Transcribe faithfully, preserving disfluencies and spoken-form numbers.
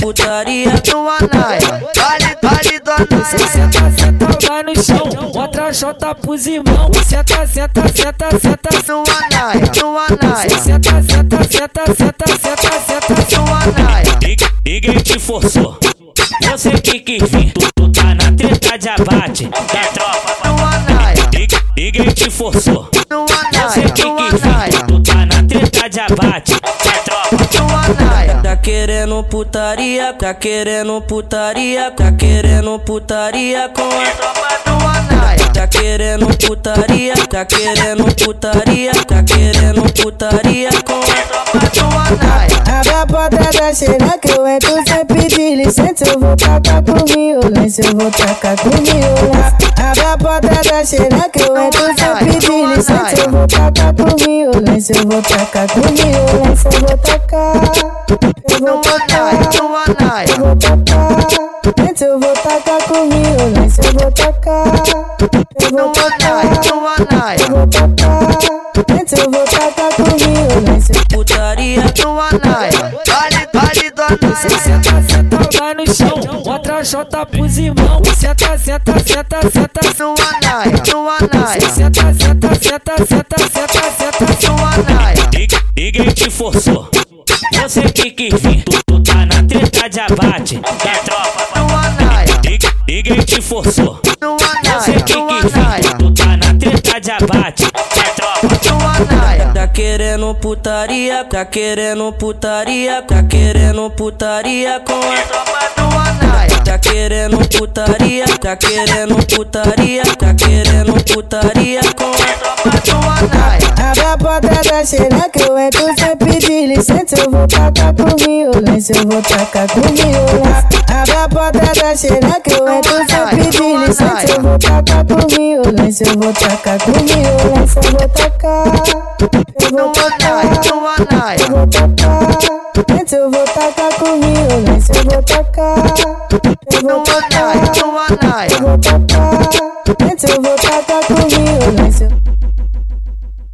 putaria no Anaia. Vale, vale do Anaia. Senta, senta, vai no chão. Outra chota pros irmãos. Senta, senta, senta, senta no Anaia, no Anaia. Senta, senta, senta, senta, senta, senta no Anaia. Ninguém te forçou, você que quis vir. Tu, tu tá na treta de abate da tropa no Anaia. Ninguém te forçou, no você Anaia, que no quis vir. Anaia. Tu tá na treta de abate da tropa no Anaia. Tá querendo putaria, tá querendo putaria, tá querendo putaria com a Tropa do Anaia. Tá querendo putaria, tá querendo putaria, tá querendo putaria com a Tropa do Anaia. Abre a porta da cheira que eu entro sem pedir licença. Eu vou tacar com violência, eu vou tacar com violência. Abre a porta da cheira que eu entro sem pedir licença. Eu vou tacar com violência, eu vou tacar com violência. Eu vou tacar, eu No vou tacar, Anaia, no Anaia. eu vou tacar. Eu vou tacar com violência, eu vou tacar. Eu No vou tacar, Anaia, no Anaia. eu vou tacar. Eu vou tacar com violência. putaria No Anaia. Vale, vale do Anaia. Senta, senta, vai no chão. Outra chota pros irmãos. Senta, senta, senta, senta No Anaia, no Anaia. Senta, senta, senta, senta, senta, senta No Anaia. Ninguém te forçou, você que quis vir. Tu, tu tá na treta de abate da tropa No Anaia. Ninguém te forçou, No você Anaia, que no quis vir. Anaia. Tu, tu tá na treta de abate da tropa No Anaia. Tá querendo putaria, tá querendo putaria, tá querendo putaria com a Tropa do Anaia. Tá querendo putaria, tá querendo putaria, tá querendo putaria com a Tropa do Anaia. Abre a porta da cheira que eu entro sem pedir licença. Eu vou tacar com violência, eu vou tacar com violência. Abre a porta da cheira que eu entro sem pedir licença. Eu vou tacar com violência, eu vou tacar com violência. Eu vou tacar, eu No vou tacar, Anaia, no Anaia. eu vou tacar. Eu vou tacar com violência, eu vou tacar. Eu No vou tacar, Anaia, no Anaia. eu vou tacar. Eu vou tacar com violência.